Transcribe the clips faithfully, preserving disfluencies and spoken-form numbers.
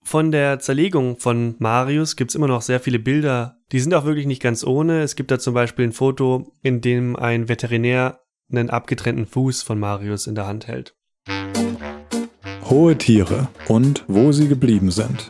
Von der Zerlegung von Marius gibt es immer noch sehr viele Bilder. Die sind auch wirklich nicht ganz ohne. Es gibt da zum Beispiel ein Foto, in dem ein Veterinär einen abgetrennten Fuß von Marius in der Hand hält. Hohe Tiere und wo sie geblieben sind.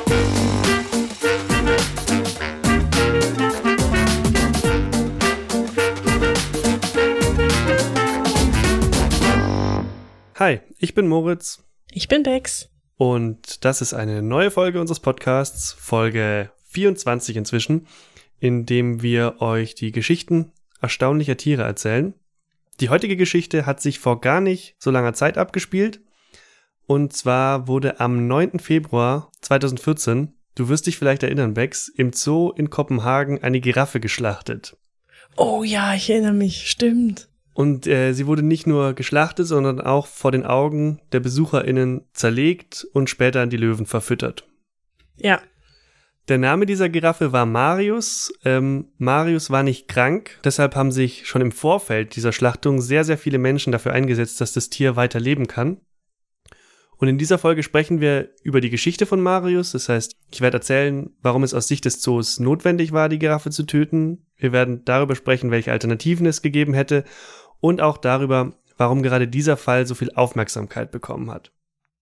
Hi, ich bin Moritz. Ich bin Bex. Und das ist eine neue Folge unseres Podcasts, Folge vierundzwanzig inzwischen, in dem wir euch die Geschichten erstaunlicher Tiere erzählen. Die heutige Geschichte hat sich vor gar nicht so langer Zeit abgespielt. Und zwar wurde am neunten Februar zweitausendvierzehn, du wirst dich vielleicht erinnern, Bex, im Zoo in Kopenhagen eine Giraffe geschlachtet. Oh ja, ich erinnere mich, stimmt. Und äh, sie wurde nicht nur geschlachtet, sondern auch vor den Augen der BesucherInnen zerlegt und später an die Löwen verfüttert. Ja. Der Name dieser Giraffe war Marius. Ähm, Marius war nicht krank, deshalb haben sich schon im Vorfeld dieser Schlachtung sehr, sehr viele Menschen dafür eingesetzt, dass das Tier weiter leben kann. Und in dieser Folge sprechen wir über die Geschichte von Marius. Das heißt, ich werde erzählen, warum es aus Sicht des Zoos notwendig war, die Giraffe zu töten. Wir werden darüber sprechen, welche Alternativen es gegeben hätte und auch darüber, warum gerade dieser Fall so viel Aufmerksamkeit bekommen hat.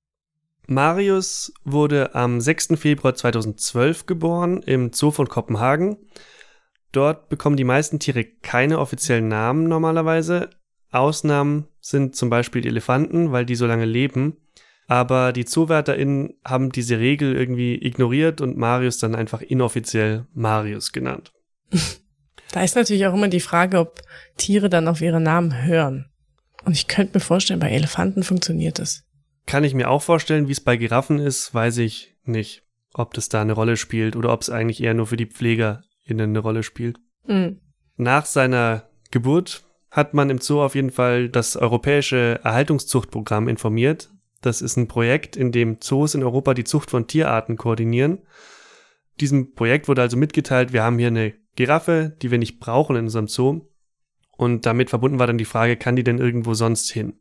Marius wurde am sechsten Februar zweitausendzwölf geboren im Zoo von Kopenhagen. Dort bekommen die meisten Tiere keine offiziellen Namen normalerweise. Ausnahmen sind zum Beispiel die Elefanten, weil die so lange leben. Aber die ZoowärterInnen haben diese Regel irgendwie ignoriert und Marius dann einfach inoffiziell Marius genannt. Da ist natürlich auch immer die Frage, ob Tiere dann auf ihre Namen hören. Und ich könnte mir vorstellen, bei Elefanten funktioniert das. Kann ich mir auch vorstellen, wie es bei Giraffen ist, weiß ich nicht, ob das da eine Rolle spielt oder ob es eigentlich eher nur für die PflegerInnen eine Rolle spielt. Mhm. Nach seiner Geburt hat man im Zoo auf jeden Fall das Europäische Erhaltungszuchtprogramm informiert. Das ist ein Projekt, in dem Zoos in Europa die Zucht von Tierarten koordinieren. Diesem Projekt wurde also mitgeteilt, wir haben hier eine Giraffe, die wir nicht brauchen in unserem Zoo. Und damit verbunden war dann die Frage, kann die denn irgendwo sonst hin?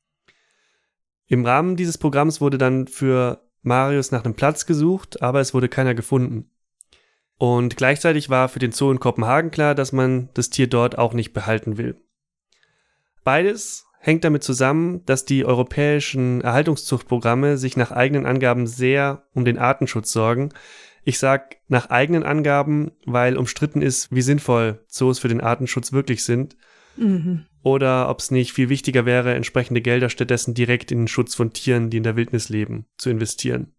Im Rahmen dieses Programms wurde dann für Marius nach einem Platz gesucht, aber es wurde keiner gefunden. Und gleichzeitig war für den Zoo in Kopenhagen klar, dass man das Tier dort auch nicht behalten will. Beides hängt damit zusammen, dass die europäischen Erhaltungszuchtprogramme sich nach eigenen Angaben sehr um den Artenschutz sorgen. Ich sag nach eigenen Angaben, weil umstritten ist, wie sinnvoll Zoos für den Artenschutz wirklich sind. Mhm. Oder ob es nicht viel wichtiger wäre, entsprechende Gelder stattdessen direkt in den Schutz von Tieren, die in der Wildnis leben, zu investieren.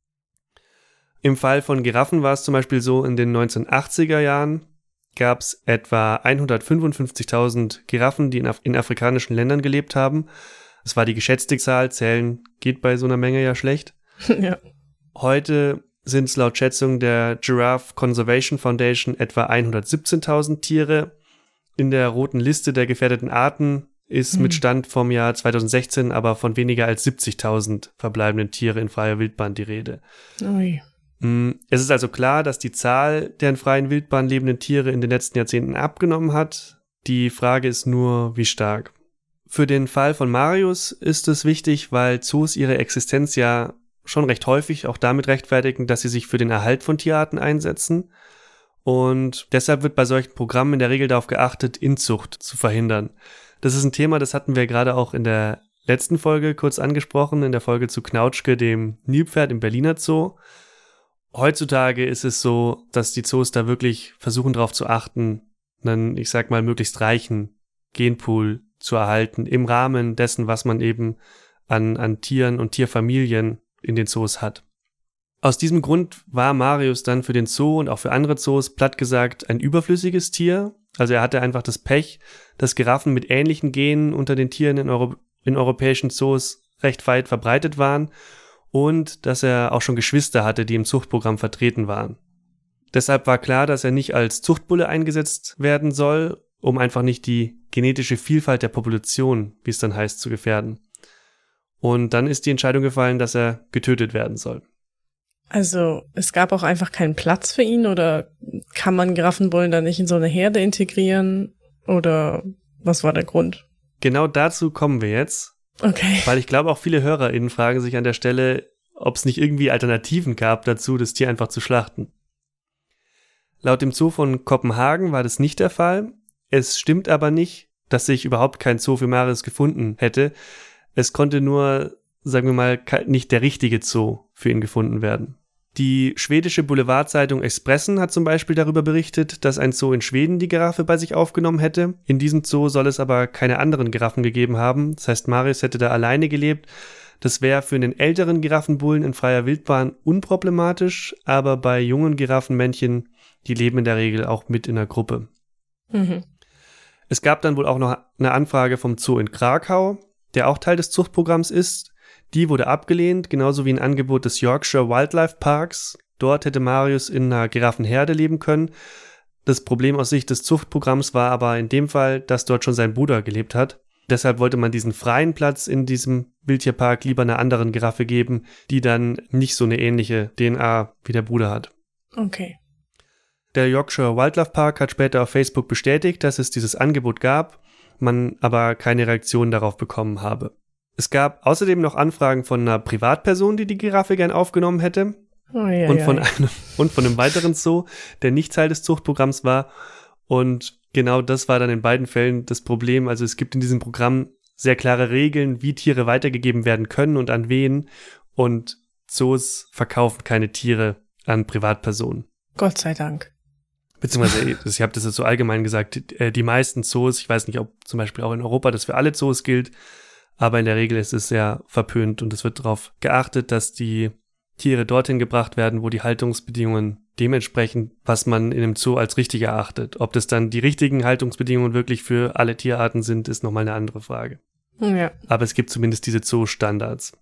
Im Fall von Giraffen war es zum Beispiel so, in den neunzehnhundertachtziger Jahren gab es etwa hundertfünfundfünfzigtausend Giraffen, die in, Af- in afrikanischen Ländern gelebt haben. Das war die geschätzte Zahl, zählen geht bei so einer Menge ja schlecht. Ja. Heute sind es laut Schätzung der Giraffe Conservation Foundation etwa hundertsiebzehntausend Tiere. In der roten Liste der gefährdeten Arten ist Hm. mit Stand vom Jahr zweitausendsechzehn aber von weniger als siebzigtausend verbleibenden Tiere in freier Wildbahn die Rede. Ui. Es ist also klar, dass die Zahl der in freien Wildbahn lebenden Tiere in den letzten Jahrzehnten abgenommen hat. Die Frage ist nur, wie stark. Für den Fall von Marius ist es wichtig, weil Zoos ihre Existenz ja schon recht häufig auch damit rechtfertigen, dass sie sich für den Erhalt von Tierarten einsetzen. Und deshalb wird bei solchen Programmen in der Regel darauf geachtet, Inzucht zu verhindern. Das ist ein Thema, das hatten wir gerade auch in der letzten Folge kurz angesprochen, in der Folge zu Knautschke, dem Nilpferd im Berliner Zoo. Heutzutage ist es so, dass die Zoos da wirklich versuchen darauf zu achten, einen, ich sag mal, möglichst reichen Genpool zu erhalten, im Rahmen dessen, was man eben an, an Tieren und Tierfamilien in den Zoos hat. Aus diesem Grund war Marius dann für den Zoo und auch für andere Zoos platt gesagt ein überflüssiges Tier. Also er hatte einfach das Pech, dass Giraffen mit ähnlichen Genen unter den Tieren in, Euro- in europäischen Zoos recht weit verbreitet waren und dass er auch schon Geschwister hatte, die im Zuchtprogramm vertreten waren. Deshalb war klar, dass er nicht als Zuchtbulle eingesetzt werden soll, um einfach nicht die genetische Vielfalt der Population, wie es dann heißt, zu gefährden. Und dann ist die Entscheidung gefallen, dass er getötet werden soll. Also es gab auch einfach keinen Platz für ihn oder kann man Giraffenbullen dann nicht in so eine Herde integrieren oder was war der Grund? Genau dazu kommen wir jetzt. Okay. Weil ich glaube, auch viele HörerInnen fragen sich an der Stelle, ob es nicht irgendwie Alternativen gab dazu, das Tier einfach zu schlachten. Laut dem Zoo von Kopenhagen war das nicht der Fall. Es stimmt aber nicht, dass sich überhaupt kein Zoo für Marius gefunden hätte. Es konnte nur, sagen wir mal, nicht der richtige Zoo für ihn gefunden werden. Die schwedische Boulevardzeitung Expressen hat zum Beispiel darüber berichtet, dass ein Zoo in Schweden die Giraffe bei sich aufgenommen hätte. In diesem Zoo soll es aber keine anderen Giraffen gegeben haben. Das heißt, Marius hätte da alleine gelebt. Das wäre für einen älteren Giraffenbullen in freier Wildbahn unproblematisch, aber bei jungen Giraffenmännchen, die leben in der Regel auch mit in der Gruppe. Mhm. Es gab dann wohl auch noch eine Anfrage vom Zoo in Krakau, der auch Teil des Zuchtprogramms ist. Die wurde abgelehnt, genauso wie ein Angebot des Yorkshire Wildlife Parks. Dort hätte Marius in einer Giraffenherde leben können. Das Problem aus Sicht des Zuchtprogramms war aber in dem Fall, dass dort schon sein Bruder gelebt hat. Deshalb wollte man diesen freien Platz in diesem Wildtierpark lieber einer anderen Giraffe geben, die dann nicht so eine ähnliche D N A wie der Bruder hat. Okay. Der Yorkshire Wildlife Park hat später auf Facebook bestätigt, dass es dieses Angebot gab, man aber keine Reaktion darauf bekommen habe. Es gab außerdem noch Anfragen von einer Privatperson, die die Giraffe gern aufgenommen hätte. Oh, ja, und, ja, von ja. einem, und von einem weiteren Zoo, der nicht Teil des Zuchtprogramms war. Und genau das war dann in beiden Fällen das Problem. Also es gibt in diesem Programm sehr klare Regeln, wie Tiere weitergegeben werden können und an wen. Und Zoos verkaufen keine Tiere an Privatpersonen. Gott sei Dank. Beziehungsweise, ich habe das jetzt so allgemein gesagt, die meisten Zoos, ich weiß nicht, ob zum Beispiel auch in Europa das für alle Zoos gilt, aber in der Regel ist es sehr verpönt und es wird darauf geachtet, dass die Tiere dorthin gebracht werden, wo die Haltungsbedingungen dementsprechend, was man in einem Zoo als richtig erachtet. Ob das dann die richtigen Haltungsbedingungen wirklich für alle Tierarten sind, ist nochmal eine andere Frage. Ja. Aber es gibt zumindest diese Zoo-Standards.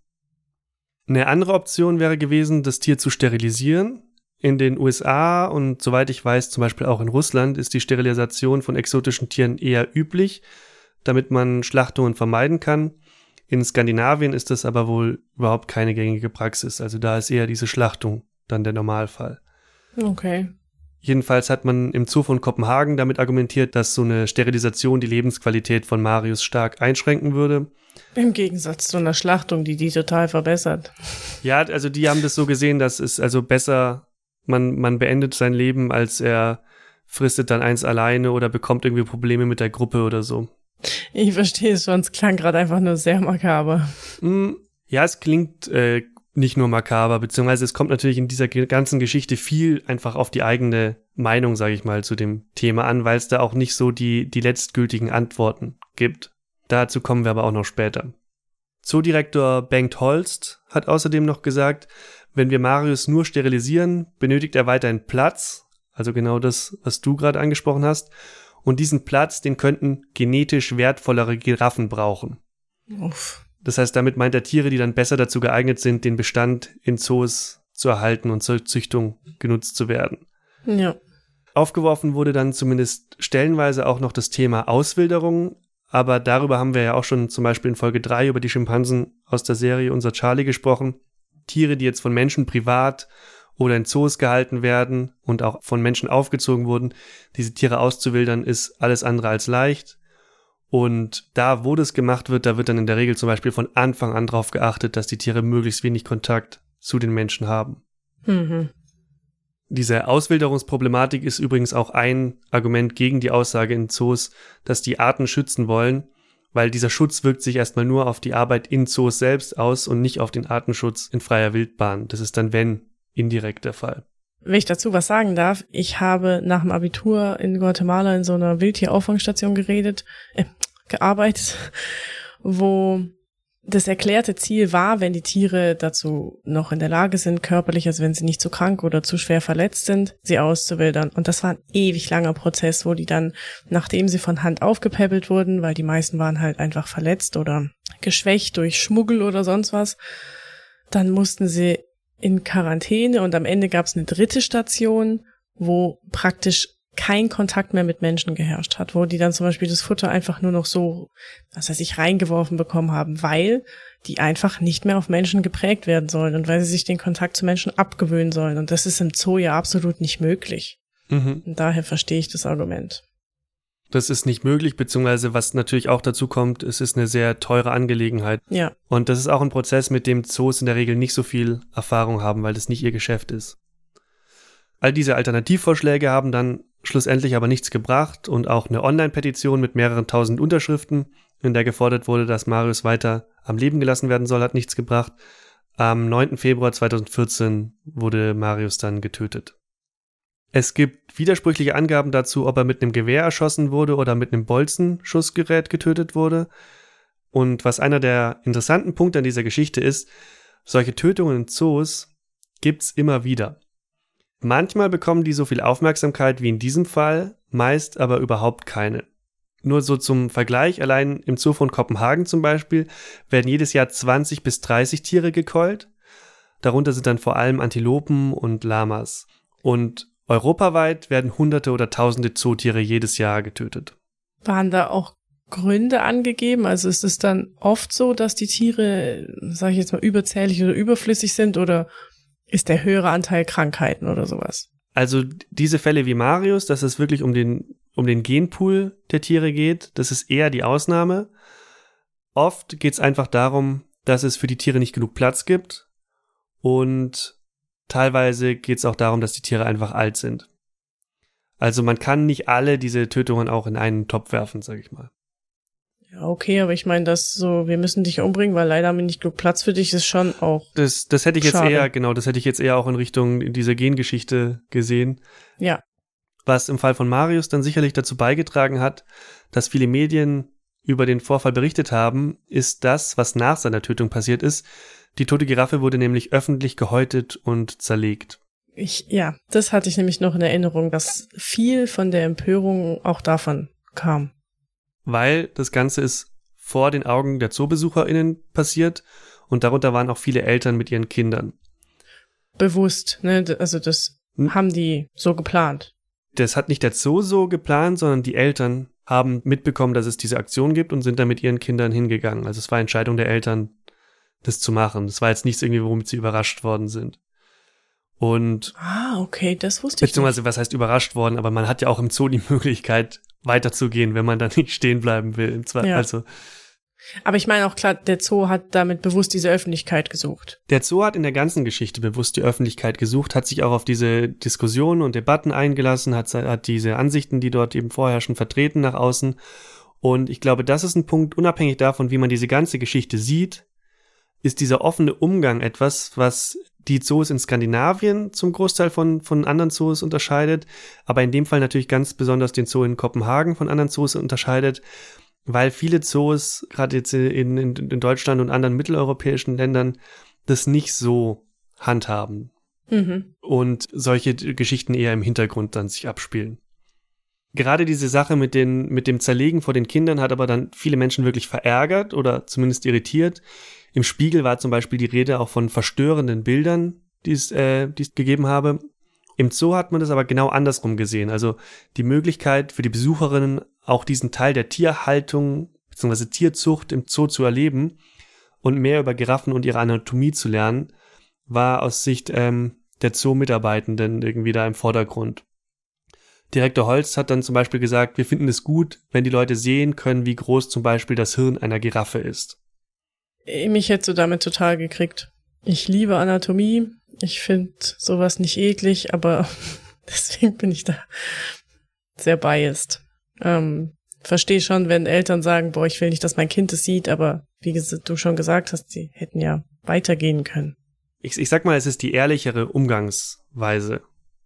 Eine andere Option wäre gewesen, das Tier zu sterilisieren. In den U S A und soweit ich weiß, zum Beispiel auch in Russland, ist die Sterilisation von exotischen Tieren eher üblich, damit man Schlachtungen vermeiden kann. In Skandinavien ist das aber wohl überhaupt keine gängige Praxis. Also da ist eher diese Schlachtung dann der Normalfall. Okay. Jedenfalls hat man im Zoo von Kopenhagen damit argumentiert, dass so eine Sterilisation die Lebensqualität von Marius stark einschränken würde. Im Gegensatz zu einer Schlachtung, die die total verbessert. Ja, also die haben das so gesehen, dass es also besser, man, man beendet sein Leben, als er fristet dann eins alleine oder bekommt irgendwie Probleme mit der Gruppe oder so. Ich verstehe es schon, es klang gerade einfach nur sehr makaber. Ja, es klingt äh, nicht nur makaber, beziehungsweise es kommt natürlich in dieser ganzen Geschichte viel einfach auf die eigene Meinung, sage ich mal, zu dem Thema an, weil es da auch nicht so die, die letztgültigen Antworten gibt. Dazu kommen wir aber auch noch später. Zoodirektor Bengt Holst hat außerdem noch gesagt, wenn wir Marius nur sterilisieren, benötigt er weiterhin Platz, also genau das, was du gerade angesprochen hast. Und diesen Platz, den könnten genetisch wertvollere Giraffen brauchen. Uff. Das heißt, damit meint er Tiere, die dann besser dazu geeignet sind, den Bestand in Zoos zu erhalten und zur Züchtung genutzt zu werden. Ja. Aufgeworfen wurde dann zumindest stellenweise auch noch das Thema Auswilderung, aber darüber haben wir ja auch schon zum Beispiel in Folge drei über die Schimpansen aus der Serie Unser Charlie gesprochen. Tiere, die jetzt von Menschen privat oder in Zoos gehalten werden und auch von Menschen aufgezogen wurden, diese Tiere auszuwildern, ist alles andere als leicht. Und da, wo das gemacht wird, da wird dann in der Regel zum Beispiel von Anfang an darauf geachtet, dass die Tiere möglichst wenig Kontakt zu den Menschen haben. Mhm. Diese Auswilderungsproblematik ist übrigens auch ein Argument gegen die Aussage in Zoos, dass die Arten schützen wollen, weil dieser Schutz wirkt sich erstmal nur auf die Arbeit in Zoos selbst aus und nicht auf den Artenschutz in freier Wildbahn. Das ist dann, wenn, indirekt der Fall. Wenn ich dazu was sagen darf, ich habe nach dem Abitur in Guatemala in so einer Wildtierauffangstation geredet, äh, gearbeitet, wo das erklärte Ziel war, wenn die Tiere dazu noch in der Lage sind, körperlich, also wenn sie nicht zu krank oder zu schwer verletzt sind, sie auszuwildern. Und das war ein ewig langer Prozess, wo die dann, nachdem sie von Hand aufgepäppelt wurden, weil die meisten waren halt einfach verletzt oder geschwächt durch Schmuggel oder sonst was, dann mussten sie in Quarantäne und am Ende gab es eine dritte Station, wo praktisch kein Kontakt mehr mit Menschen geherrscht hat, wo die dann zum Beispiel das Futter einfach nur noch so, was weiß ich, reingeworfen bekommen haben, weil die einfach nicht mehr auf Menschen geprägt werden sollen und weil sie sich den Kontakt zu Menschen abgewöhnen sollen. Und das ist im Zoo ja absolut nicht möglich. Mhm. Und daher verstehe ich das Argument. Das ist nicht möglich, beziehungsweise was natürlich auch dazu kommt, es ist eine sehr teure Angelegenheit. Ja. Und das ist auch ein Prozess, mit dem Zoos in der Regel nicht so viel Erfahrung haben, weil das nicht ihr Geschäft ist. All diese Alternativvorschläge haben dann schlussendlich aber nichts gebracht und auch eine Online-Petition mit mehreren tausend Unterschriften, in der gefordert wurde, dass Marius weiter am Leben gelassen werden soll, hat nichts gebracht. Am neunten Februar zweitausendvierzehn wurde Marius dann getötet. Es gibt widersprüchliche Angaben dazu, ob er mit einem Gewehr erschossen wurde oder mit einem Bolzenschussgerät getötet wurde. Und was einer der interessanten Punkte an dieser Geschichte ist, solche Tötungen in Zoos gibt's immer wieder. Manchmal bekommen die so viel Aufmerksamkeit wie in diesem Fall, meist aber überhaupt keine. Nur so zum Vergleich, allein im Zoo von Kopenhagen zum Beispiel werden jedes Jahr zwanzig bis dreißig Tiere gekeult. Darunter sind dann vor allem Antilopen und Lamas. Und europaweit werden Hunderte oder Tausende Zootiere jedes Jahr getötet. Waren da auch Gründe angegeben? Also ist es dann oft so, dass die Tiere, sage ich jetzt mal, überzählig oder überflüssig sind oder ist der höhere Anteil Krankheiten oder sowas? Also diese Fälle wie Marius, dass es wirklich um den, um den Genpool der Tiere geht, das ist eher die Ausnahme. Oft geht es einfach darum, dass es für die Tiere nicht genug Platz gibt und teilweise geht es auch darum, dass die Tiere einfach alt sind. Also man kann nicht alle diese Tötungen auch in einen Topf werfen, sag ich mal. Ja, okay, aber ich meine, das so, wir müssen dich umbringen, weil leider haben wir nicht genug Platz für dich, ist schon auch Das, das hätte ich jetzt schade. eher, genau, das hätte ich jetzt eher auch in Richtung dieser Gengeschichte gesehen. Ja. Was im Fall von Marius dann sicherlich dazu beigetragen hat, dass viele Medien über den Vorfall berichtet haben, ist das, was nach seiner Tötung passiert ist. Die tote Giraffe wurde nämlich öffentlich gehäutet und zerlegt. Ich, ja, das hatte ich nämlich noch in Erinnerung, dass viel von der Empörung auch davon kam. Weil das Ganze ist vor den Augen der ZoobesucherInnen passiert und darunter waren auch viele Eltern mit ihren Kindern. Bewusst, ne, also das hm. haben die so geplant. Das hat nicht der Zoo so geplant, sondern die Eltern haben mitbekommen, dass es diese Aktion gibt und sind dann mit ihren Kindern hingegangen. Also es war Entscheidung der Eltern, das zu machen. Das war jetzt nichts irgendwie, womit sie überrascht worden sind. Und ah, okay, das wusste ich beziehungsweise, was heißt überrascht worden, aber man hat ja auch im Zoo die Möglichkeit, weiterzugehen, wenn man da nicht stehen bleiben will. Im Zweifel. Ja. Also, aber ich meine auch klar, der Zoo hat damit bewusst diese Öffentlichkeit gesucht. Der Zoo hat in der ganzen Geschichte bewusst die Öffentlichkeit gesucht, hat sich auch auf diese Diskussionen und Debatten eingelassen, hat, hat diese Ansichten, die dort eben vorherrschen, vertreten nach außen. Und ich glaube, das ist ein Punkt, unabhängig davon, wie man diese ganze Geschichte sieht, ist dieser offene Umgang etwas, was die Zoos in Skandinavien zum Großteil von, von anderen Zoos unterscheidet, aber in dem Fall natürlich ganz besonders den Zoo in Kopenhagen von anderen Zoos unterscheidet, weil viele Zoos, gerade jetzt in, in, in Deutschland und anderen mitteleuropäischen Ländern, das nicht so handhaben Mhm. und solche Geschichten eher im Hintergrund dann sich abspielen. Gerade diese Sache mit, den, mit dem Zerlegen vor den Kindern hat aber dann viele Menschen wirklich verärgert oder zumindest irritiert. Im Spiegel war zum Beispiel die Rede auch von verstörenden Bildern, die es, äh, die es gegeben habe. Im Zoo hat man das aber genau andersrum gesehen. Also die Möglichkeit für die Besucherinnen, auch diesen Teil der Tierhaltung bzw. Tierzucht im Zoo zu erleben und mehr über Giraffen und ihre Anatomie zu lernen, war aus Sicht ähm, der Zoo-Mitarbeitenden irgendwie da im Vordergrund. Direktor Holst hat dann zum Beispiel gesagt, wir finden es gut, wenn die Leute sehen können, wie groß zum Beispiel das Hirn einer Giraffe ist. Mich hättest du damit total gekriegt. Ich liebe Anatomie. Ich finde sowas nicht eklig, aber deswegen bin ich da sehr biased. Ähm, verstehe schon, wenn Eltern sagen, boah, ich will nicht, dass mein Kind es sieht, aber wie du schon gesagt hast, sie hätten ja weitergehen können. Ich, ich sag mal, es ist die ehrlichere Umgangsweise.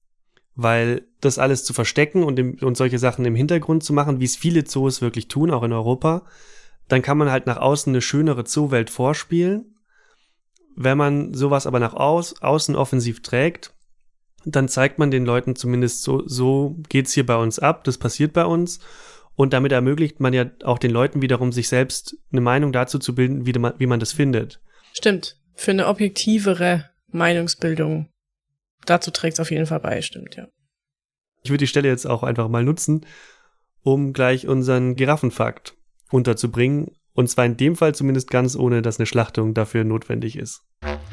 Weil das alles zu verstecken und, im, und solche Sachen im Hintergrund zu machen, wie es viele Zoos wirklich tun, auch in Europa, dann kann man halt nach außen eine schönere Zoowelt vorspielen. Wenn man sowas aber nach aus, außen offensiv trägt, dann zeigt man den Leuten zumindest so, so geht's hier bei uns ab, das passiert bei uns. Und damit ermöglicht man ja auch den Leuten wiederum, sich selbst eine Meinung dazu zu bilden, wie man, wie man das findet. Stimmt. Für eine objektivere Meinungsbildung. Dazu trägt es auf jeden Fall bei, stimmt, ja. Ich würde die Stelle jetzt auch einfach mal nutzen, um gleich unseren Giraffenfakt unterzubringen. Und zwar in dem Fall zumindest ganz ohne, dass eine Schlachtung dafür notwendig ist.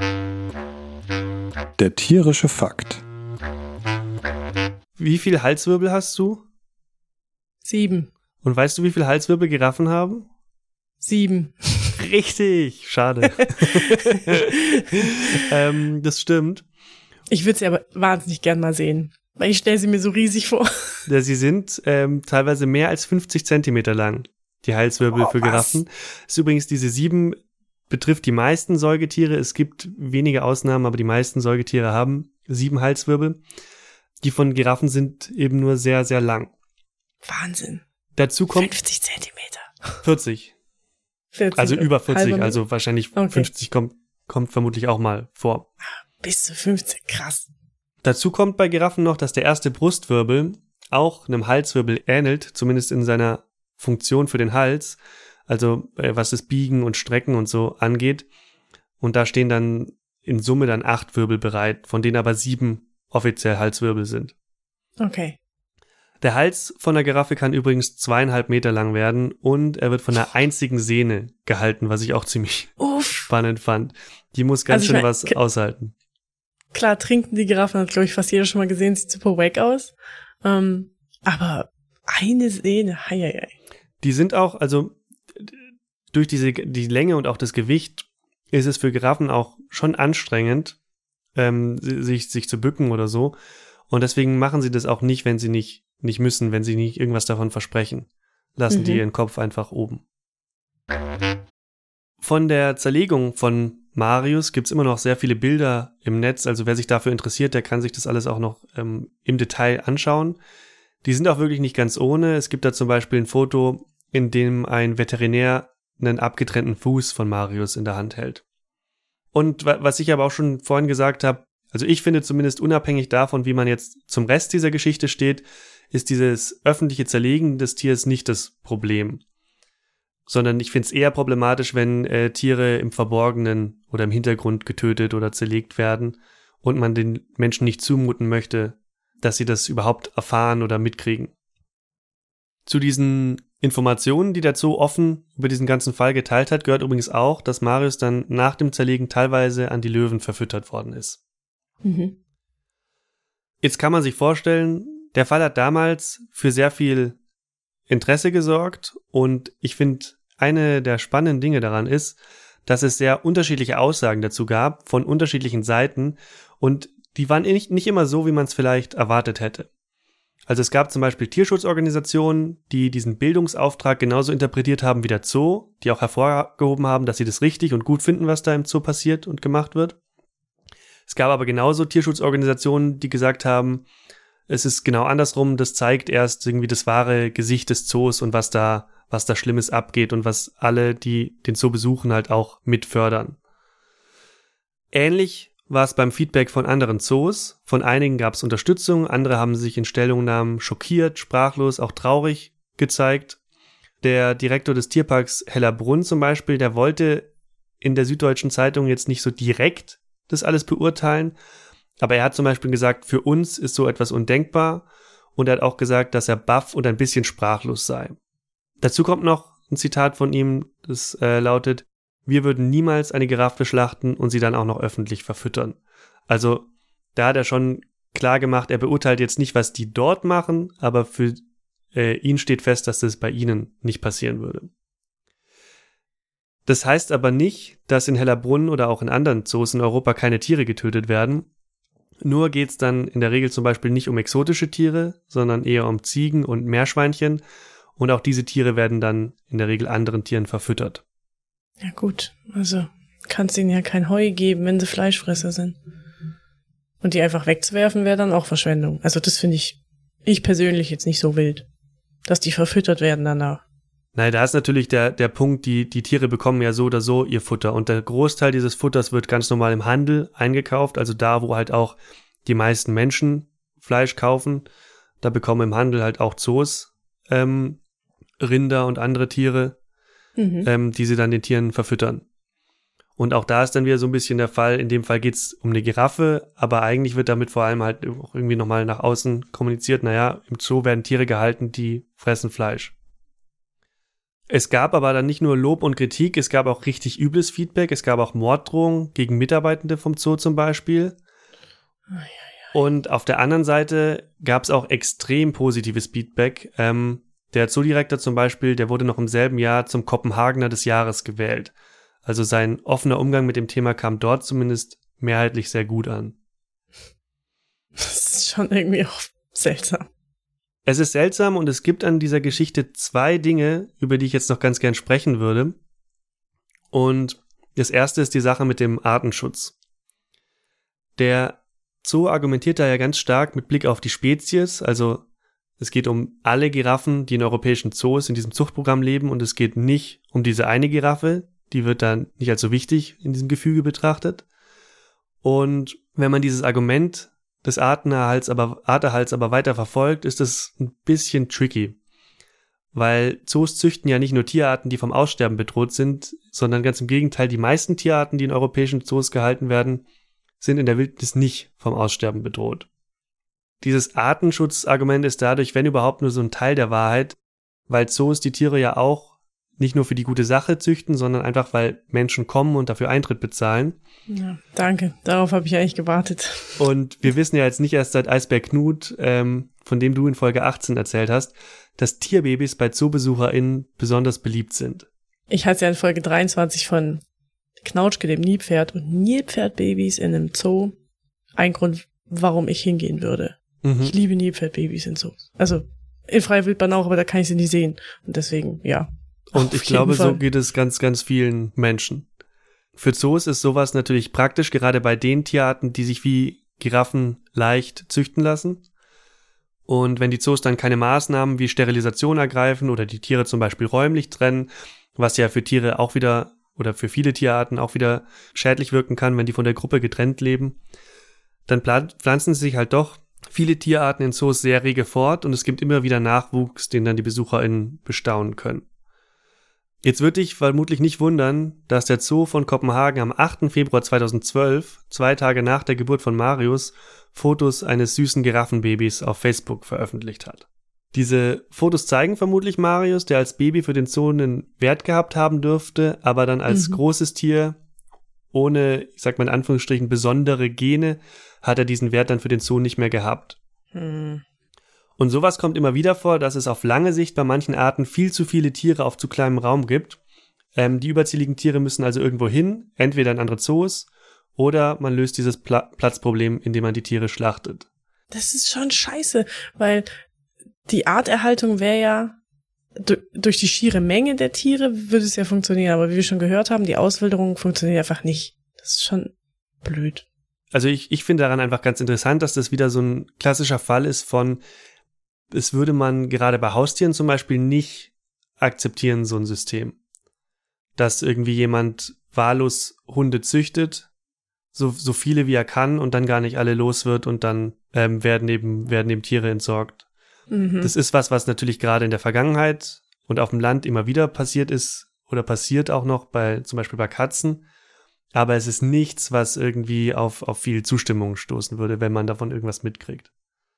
Der tierische Fakt. Wie viel Halswirbel hast du? Sieben. Und weißt du, wie viele Halswirbel Giraffen haben? Sieben. Richtig, schade. ähm, das stimmt. Ich würde sie aber wahnsinnig gern mal sehen, weil ich stelle sie mir so riesig vor. Ja, sie sind ähm, teilweise mehr als fünfzig Zentimeter lang, die Halswirbel Oh, für Giraffen. was? Ist übrigens diese sieben betrifft die meisten Säugetiere. Es gibt wenige Ausnahmen, aber die meisten Säugetiere haben sieben Halswirbel. Die von Giraffen sind eben nur sehr, sehr lang. Wahnsinn. Dazu kommt fünfzig Zentimeter. vierzig. vierzig, Also über vierzig, halber also wahrscheinlich Okay. fünfzig kommt, kommt vermutlich auch mal vor. Bis zu fünfzig, krass. Dazu kommt bei Giraffen noch, dass der erste Brustwirbel auch einem Halswirbel ähnelt, zumindest in seiner Funktion für den Hals, also äh, was das Biegen und Strecken und so angeht. Und da stehen dann in Summe dann acht Wirbel bereit, von denen aber sieben offiziell Halswirbel sind. Okay. Der Hals von der Giraffe kann übrigens zweieinhalb Meter lang werden und er wird von einer einzigen Sehne gehalten, was ich auch ziemlich Uff. spannend fand. Die muss ganz Also ich schön mein, was k- aushalten. Klar, trinken die Giraffen, hat glaube ich fast jeder schon mal gesehen, sieht super wack aus. Ähm, aber eine Sehne, hei, hei, hei. Die sind auch, also d- durch diese die Länge und auch das Gewicht ist es für Giraffen auch schon anstrengend, ähm, si- sich sich zu bücken oder so. Und deswegen machen sie das auch nicht, wenn sie nicht nicht müssen, wenn sie nicht irgendwas davon versprechen. Lassen Mhm. die ihren Kopf einfach oben. Von der Zerlegung von Marius gibt's immer noch sehr viele Bilder im Netz. Also wer sich dafür interessiert, der kann sich das alles auch noch ähm, im Detail anschauen. Die sind auch wirklich nicht ganz ohne. Es gibt da zum Beispiel ein Foto, in dem ein Veterinär einen abgetrennten Fuß von Marius in der Hand hält. Und wa- was ich aber auch schon vorhin gesagt habe, also ich finde zumindest unabhängig davon, wie man jetzt zum Rest dieser Geschichte steht, ist dieses öffentliche Zerlegen des Tiers nicht das Problem. Sondern ich finde es eher problematisch, wenn äh, Tiere im Verborgenen oder im Hintergrund getötet oder zerlegt werden und man den Menschen nicht zumuten möchte, dass sie das überhaupt erfahren oder mitkriegen. Zu diesen Informationen, die der Zoo offen über diesen ganzen Fall geteilt hat, gehört übrigens auch, dass Marius dann nach dem Zerlegen teilweise an die Löwen verfüttert worden ist. Mhm. Jetzt kann man sich vorstellen, der Fall hat damals für sehr viel Interesse gesorgt und ich finde, eine der spannenden Dinge daran ist, dass es sehr unterschiedliche Aussagen dazu gab von unterschiedlichen Seiten und die waren nicht, nicht immer so, wie man es vielleicht erwartet hätte. Also es gab zum Beispiel Tierschutzorganisationen, die diesen Bildungsauftrag genauso interpretiert haben wie der Zoo, die auch hervorgehoben haben, dass sie das richtig und gut finden, was da im Zoo passiert und gemacht wird. Es gab aber genauso Tierschutzorganisationen, die gesagt haben, es ist genau andersrum, das zeigt erst irgendwie das wahre Gesicht des Zoos und was da, was da Schlimmes abgeht und was alle, die den Zoo besuchen, halt auch mit fördern. Ähnlich war es beim Feedback von anderen Zoos. Von einigen gab es Unterstützung, andere haben sich in Stellungnahmen schockiert, sprachlos, auch traurig gezeigt. Der Direktor des Tierparks Hellerbrunn zum Beispiel, der wollte in der Süddeutschen Zeitung jetzt nicht so direkt das alles beurteilen, aber er hat zum Beispiel gesagt, für uns ist so etwas undenkbar und er hat auch gesagt, dass er baff und ein bisschen sprachlos sei. Dazu kommt noch ein Zitat von ihm, das äh, lautet, wir würden niemals eine Giraffe schlachten und sie dann auch noch öffentlich verfüttern. Also da hat er schon klar gemacht, er beurteilt jetzt nicht, was die dort machen, aber für äh, ihn steht fest, dass das bei ihnen nicht passieren würde. Das heißt aber nicht, dass in Hellerbrunn oder auch in anderen Zoos in Europa keine Tiere getötet werden. Nur geht's dann in der Regel zum Beispiel nicht um exotische Tiere, sondern eher um Ziegen und Meerschweinchen. Und auch diese Tiere werden dann in der Regel anderen Tieren verfüttert. Ja gut, also kannst ihnen ja kein Heu geben, wenn sie Fleischfresser sind. Und die einfach wegzuwerfen wäre dann auch Verschwendung. Also das finde ich, ich persönlich jetzt nicht so wild, dass die verfüttert werden danach. Nein, da ist natürlich der, der Punkt, die, die Tiere bekommen ja so oder so ihr Futter und der Großteil dieses Futters wird ganz normal im Handel eingekauft, also da, wo halt auch die meisten Menschen Fleisch kaufen, da bekommen im Handel halt auch Zoos ähm, Rinder und andere Tiere, Mhm. ähm, die sie dann den Tieren verfüttern. Und auch da ist dann wieder so ein bisschen der Fall, in dem Fall geht's um eine Giraffe, aber eigentlich wird damit vor allem halt auch irgendwie nochmal nach außen kommuniziert, naja, im Zoo werden Tiere gehalten, die fressen Fleisch. Es gab aber dann nicht nur Lob und Kritik, es gab auch richtig übles Feedback, es gab auch Morddrohungen gegen Mitarbeitende vom Zoo zum Beispiel. Ei, Und auf der anderen Seite gab es auch extrem positives Feedback. Ähm, Der Zoodirektor zum Beispiel, der wurde noch im selben Jahr zum Kopenhagener des Jahres gewählt. Also sein offener Umgang mit dem Thema kam dort zumindest mehrheitlich sehr gut an. Das ist schon irgendwie auch seltsam. Es ist seltsam und es gibt an dieser Geschichte zwei Dinge, über die ich jetzt noch ganz gern sprechen würde. Und das erste ist die Sache mit dem Artenschutz. Der Zoo argumentiert da ja ganz stark mit Blick auf die Spezies, also es geht um alle Giraffen, die in europäischen Zoos in diesem Zuchtprogramm leben und es geht nicht um diese eine Giraffe, die wird dann nicht als so wichtig in diesem Gefüge betrachtet. Und wenn man dieses Argument des Artenerhalts aber, Arterhalts aber weiter verfolgt, ist das ein bisschen tricky. Weil Zoos züchten ja nicht nur Tierarten, die vom Aussterben bedroht sind, sondern ganz im Gegenteil, die meisten Tierarten, die in europäischen Zoos gehalten werden, sind in der Wildnis nicht vom Aussterben bedroht. Dieses Artenschutzargument ist dadurch, wenn überhaupt, nur so ein Teil der Wahrheit, weil Zoos die Tiere ja auch nicht nur für die gute Sache züchten, sondern einfach, weil Menschen kommen und dafür Eintritt bezahlen. Ja, danke. Darauf habe ich eigentlich gewartet. Und wir wissen ja jetzt nicht erst seit Eisbär Knut, ähm, von dem du in Folge achtzehn erzählt hast, dass Tierbabys bei ZoobesucherInnen besonders beliebt sind. Ich hatte ja in Folge dreiundzwanzig von Knautschke, dem Nilpferd, und Nilpferdbabys in einem Zoo ein Grund, warum ich hingehen würde. Mhm. Ich liebe Nilpferdbabys in Zoos. Also in freier Wildbahn auch, aber da kann ich sie nie sehen. Und deswegen, ja. Und ich glaube, so geht es ganz, ganz vielen Menschen. Für Zoos ist sowas natürlich praktisch, gerade bei den Tierarten, die sich wie Giraffen leicht züchten lassen. Und wenn die Zoos dann keine Maßnahmen wie Sterilisation ergreifen oder die Tiere zum Beispiel räumlich trennen, was ja für Tiere auch wieder oder für viele Tierarten auch wieder schädlich wirken kann, wenn die von der Gruppe getrennt leben, dann pflanzen sich halt doch viele Tierarten in Zoos sehr rege fort und es gibt immer wieder Nachwuchs, den dann die BesucherInnen bestaunen können. Jetzt wird dich vermutlich nicht wundern, dass der Zoo von Kopenhagen am achten Februar zweitausendzwölf, zwei Tage nach der Geburt von Marius, Fotos eines süßen Giraffenbabys auf Facebook veröffentlicht hat. Diese Fotos zeigen vermutlich Marius, der als Baby für den Zoo einen Wert gehabt haben dürfte, aber dann als mhm. großes Tier ohne, ich sag mal in Anführungsstrichen, besondere Gene, hat er diesen Wert dann für den Zoo nicht mehr gehabt. Mhm. Und sowas kommt immer wieder vor, dass es auf lange Sicht bei manchen Arten viel zu viele Tiere auf zu kleinem Raum gibt. Ähm, die überzähligen Tiere müssen also irgendwo hin, entweder in andere Zoos oder man löst dieses Pla- Platzproblem, indem man die Tiere schlachtet. Das ist schon scheiße, weil die Arterhaltung wäre ja, d- durch die schiere Menge der Tiere würde es ja funktionieren, aber wie wir schon gehört haben, die Auswilderung funktioniert einfach nicht. Das ist schon blöd. Also ich, ich finde daran einfach ganz interessant, dass das wieder so ein klassischer Fall ist von, es würde man gerade bei Haustieren zum Beispiel nicht akzeptieren, so ein System. Dass irgendwie jemand wahllos Hunde züchtet, so, so viele wie er kann und dann gar nicht alle los wird und dann ähm, werden eben, werden eben Tiere entsorgt. Mhm. Das ist was, was natürlich gerade in der Vergangenheit und auf dem Land immer wieder passiert ist oder passiert auch noch bei, zum Beispiel bei Katzen. Aber es ist nichts, was irgendwie auf, auf viel Zustimmung stoßen würde, wenn man davon irgendwas mitkriegt.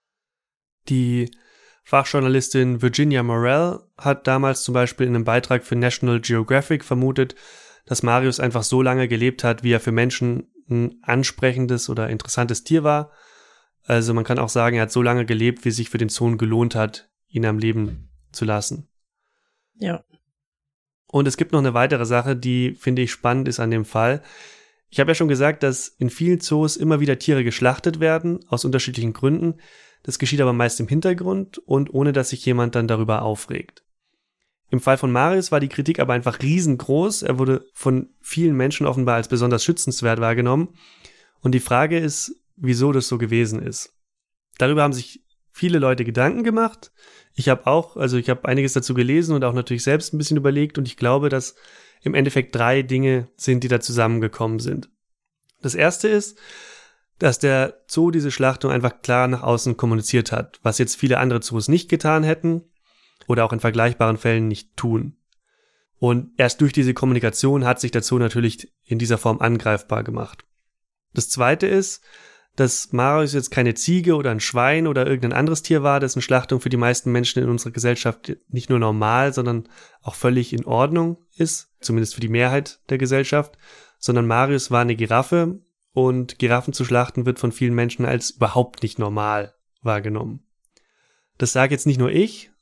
Die Fachjournalistin Virginia Morell hat damals zum Beispiel in einem Beitrag für National Geographic vermutet, dass Marius einfach so lange gelebt hat, wie er für Menschen ein ansprechendes oder interessantes Tier war. Also man kann auch sagen, er hat so lange gelebt, wie es sich für den Zoo gelohnt hat, ihn am Leben zu lassen. Ja. Und es gibt noch eine weitere Sache, die, finde ich, spannend ist an dem Fall. Ich habe ja schon gesagt, dass in vielen Zoos immer wieder Tiere geschlachtet werden, aus unterschiedlichen Gründen. Das geschieht aber meist im Hintergrund und ohne, dass sich jemand dann darüber aufregt. Im Fall von Marius war die Kritik aber einfach riesengroß. Er wurde von vielen Menschen offenbar als besonders schützenswert wahrgenommen. Und die Frage ist, wieso das so gewesen ist. Darüber haben sich viele Leute Gedanken gemacht. Ich habe auch, also ich habe einiges dazu gelesen und auch natürlich selbst ein bisschen überlegt und ich glaube, dass im Endeffekt drei Dinge sind, die da zusammengekommen sind. Das erste ist, dass der Zoo diese Schlachtung einfach klar nach außen kommuniziert hat, was jetzt viele andere Zoos nicht getan hätten oder auch in vergleichbaren Fällen nicht tun. Und erst durch diese Kommunikation hat sich der Zoo natürlich in dieser Form angreifbar gemacht. Das zweite ist, dass Marius jetzt keine Ziege oder ein Schwein oder irgendein anderes Tier war, dessen Schlachtung für die meisten Menschen in unserer Gesellschaft nicht nur normal, sondern auch völlig in Ordnung ist, zumindest für die Mehrheit der Gesellschaft, sondern Marius war eine Giraffe und Giraffen zu schlachten wird von vielen Menschen als überhaupt nicht normal wahrgenommen. Das sage jetzt nicht nur ich,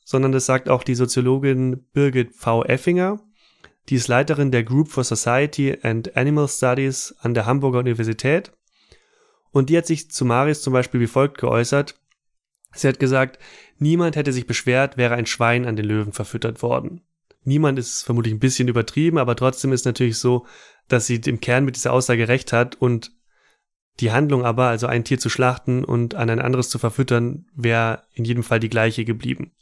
sondern das sagt auch die Soziologin Birgit V. Effinger. Die ist Leiterin der Group for Society and Animal Studies an der Hamburger Universität. Und die hat sich zu Marius zum Beispiel wie folgt geäußert. Sie hat gesagt, niemand hätte sich beschwert, wäre ein Schwein an den Löwen verfüttert worden. Niemand ist vermutlich ein bisschen übertrieben, aber trotzdem ist natürlich so, dass sie im Kern mit dieser Aussage recht hat und die Handlung aber, also ein Tier zu schlachten und an ein anderes zu verfüttern, wäre in jedem Fall die gleiche geblieben.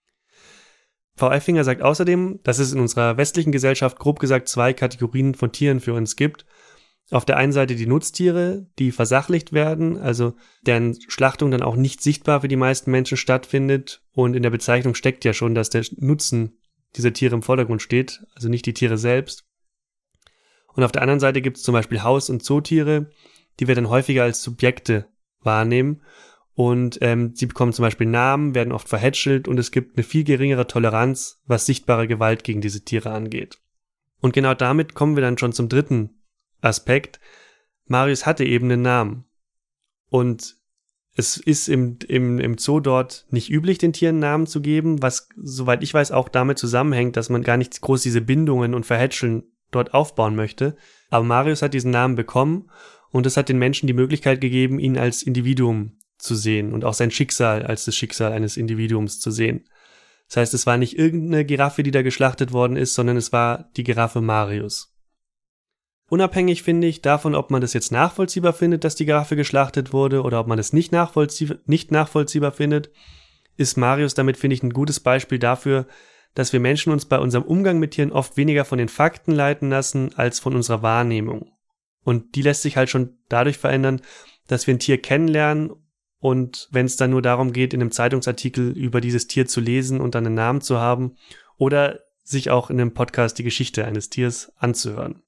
Frau Effinger sagt außerdem, dass es in unserer westlichen Gesellschaft grob gesagt zwei Kategorien von Tieren für uns gibt. Auf der einen Seite die Nutztiere, die versachlicht werden, also deren Schlachtung dann auch nicht sichtbar für die meisten Menschen stattfindet. Und in der Bezeichnung steckt ja schon, dass der Nutzen dieser Tiere im Vordergrund steht, also nicht die Tiere selbst. Und auf der anderen Seite gibt es zum Beispiel Haus- und Zootiere, die wir dann häufiger als Subjekte wahrnehmen. Und ähm, sie bekommen zum Beispiel Namen, werden oft verhätschelt und es gibt eine viel geringere Toleranz, was sichtbare Gewalt gegen diese Tiere angeht. Und genau damit kommen wir dann schon zum dritten Aspekt. Marius hatte eben einen Namen. Und es ist im, im, im Zoo dort nicht üblich, den Tieren Namen zu geben, was, soweit ich weiß, auch damit zusammenhängt, dass man gar nicht groß diese Bindungen und Verhätscheln dort aufbauen möchte. Aber Marius hat diesen Namen bekommen und es hat den Menschen die Möglichkeit gegeben, ihn als Individuum zu sehen und auch sein Schicksal als das Schicksal eines Individuums zu sehen. Das heißt, es war nicht irgendeine Giraffe, die da geschlachtet worden ist, sondern es war die Giraffe Marius. Unabhängig finde ich davon, ob man das jetzt nachvollziehbar findet, dass die Giraffe geschlachtet wurde oder ob man das nicht, nachvollzieh- nicht nachvollziehbar findet, ist Marius damit, finde ich, ein gutes Beispiel dafür, dass wir Menschen uns bei unserem Umgang mit Tieren oft weniger von den Fakten leiten lassen, als von unserer Wahrnehmung. Und die lässt sich halt schon dadurch verändern, dass wir ein Tier kennenlernen und wenn es dann nur darum geht, in einem Zeitungsartikel über dieses Tier zu lesen und dann einen Namen zu haben oder sich auch in einem Podcast die Geschichte eines Tiers anzuhören.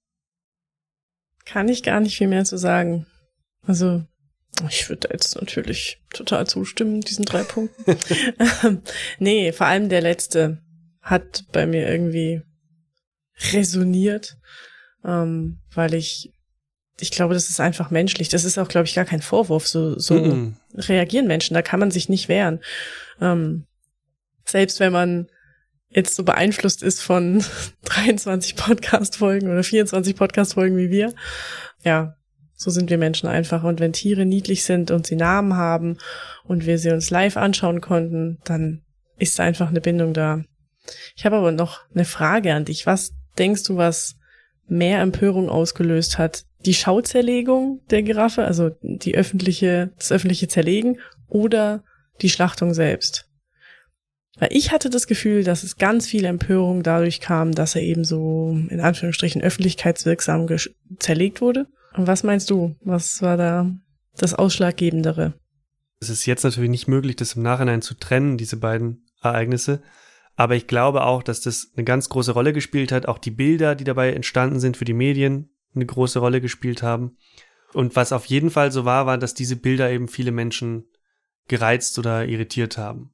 Kann ich gar nicht viel mehr zu sagen. Also, ich würde jetzt natürlich total zustimmen, diesen drei Punkten. Nee, vor allem der letzte hat bei mir irgendwie resoniert, ähm, weil ich, ich glaube, das ist einfach menschlich. Das ist auch, glaube ich, gar kein Vorwurf. So, so mm-mm. reagieren Menschen, da kann man sich nicht wehren. Ähm, selbst wenn man jetzt so beeinflusst ist von dreiundzwanzig Podcast-Folgen oder vierundzwanzig Podcast-Folgen wie wir. Ja, so sind wir Menschen einfach. Und wenn Tiere niedlich sind und sie Namen haben und wir sie uns live anschauen konnten, dann ist einfach eine Bindung da. Ich habe aber noch eine Frage an dich. Was denkst du, was mehr Empörung ausgelöst hat? Die Schauzerlegung der Giraffe, also die öffentliche, das öffentliche Zerlegen oder die Schlachtung selbst? Weil ich hatte das Gefühl, dass es ganz viel Empörung dadurch kam, dass er eben so in Anführungsstrichen öffentlichkeitswirksam gesch- zerlegt wurde. Und was meinst du? Was war da das Ausschlaggebendere? Es ist jetzt natürlich nicht möglich, das im Nachhinein zu trennen, diese beiden Ereignisse. Aber ich glaube auch, dass das eine ganz große Rolle gespielt hat. Auch die Bilder, die dabei entstanden sind für die Medien, eine große Rolle gespielt haben. Und was auf jeden Fall so war, war, dass diese Bilder eben viele Menschen gereizt oder irritiert haben.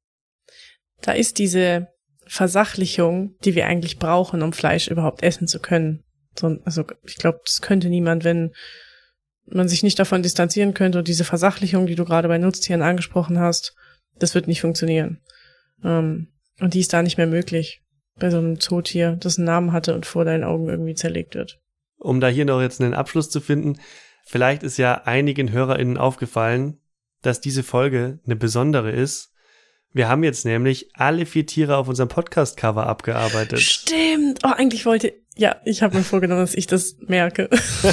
Da ist diese Versachlichung, die wir eigentlich brauchen, um Fleisch überhaupt essen zu können. So, also ich glaube, das könnte niemand, wenn man sich nicht davon distanzieren könnte. Und diese Versachlichung, die du gerade bei Nutztieren angesprochen hast, das wird nicht funktionieren. Ähm, und die ist da nicht mehr möglich bei so einem Zootier, das einen Namen hatte und vor deinen Augen irgendwie zerlegt wird. Um da hier noch jetzt einen Abschluss zu finden, vielleicht ist ja einigen HörerInnen aufgefallen, dass diese Folge eine besondere ist. Wir haben jetzt nämlich alle vier Tiere auf unserem Podcast-Cover abgearbeitet. Stimmt. Oh, eigentlich wollte, ja, ich habe mir vorgenommen, dass ich das merke.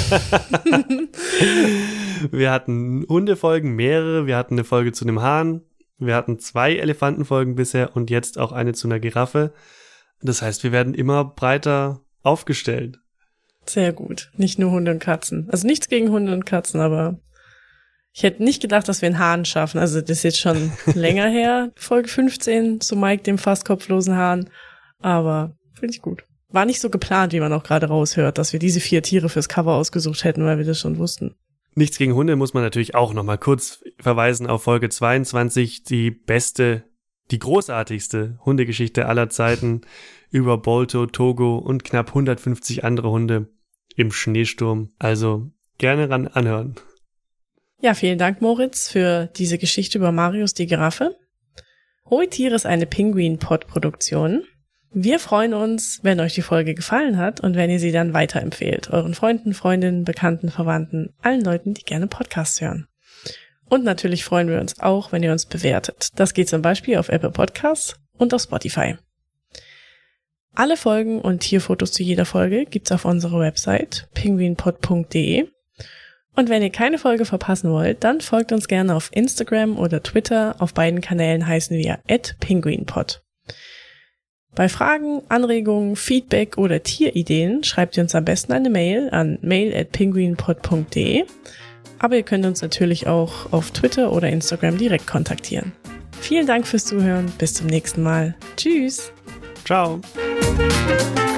Wir hatten Hundefolgen, mehrere. Wir hatten eine Folge zu einem Hahn. Wir hatten zwei Elefantenfolgen bisher und jetzt auch eine zu einer Giraffe. Das heißt, wir werden immer breiter aufgestellt. Sehr gut. Nicht nur Hunde und Katzen. Also nichts gegen Hunde und Katzen, aber ich hätte nicht gedacht, dass wir einen Hahn schaffen. Also das ist jetzt schon länger her, Folge fünfzehn zu Mike, dem fast kopflosen Hahn. Aber finde ich gut. War nicht so geplant, wie man auch gerade raushört, dass wir diese vier Tiere fürs Cover ausgesucht hätten, weil wir das schon wussten. Nichts gegen Hunde muss man natürlich auch noch mal kurz verweisen auf Folge zweiundzwanzig, die beste, die großartigste Hundegeschichte aller Zeiten über Bolto, Togo und knapp hundertfünfzig andere Hunde im Schneesturm. Also gerne ran anhören. Ja, vielen Dank, Moritz, für diese Geschichte über Marius die Giraffe. Hohe Tiere ist eine Penguin-Pod-Produktion. Wir freuen uns, wenn euch die Folge gefallen hat und wenn ihr sie dann weiterempfehlt. Euren Freunden, Freundinnen, Bekannten, Verwandten, allen Leuten, die gerne Podcasts hören. Und natürlich freuen wir uns auch, wenn ihr uns bewertet. Das geht zum Beispiel auf Apple Podcasts und auf Spotify. Alle Folgen und Tierfotos zu jeder Folge gibt's auf unserer Website penguinpod punkt de. Und wenn ihr keine Folge verpassen wollt, dann folgt uns gerne auf Instagram oder Twitter. Auf beiden Kanälen heißen wir at penguinpod. Bei Fragen, Anregungen, Feedback oder Tierideen schreibt ihr uns am besten eine Mail an mail at penguinpod punkt de. Aber ihr könnt uns natürlich auch auf Twitter oder Instagram direkt kontaktieren. Vielen Dank fürs Zuhören. Bis zum nächsten Mal. Tschüss. Ciao.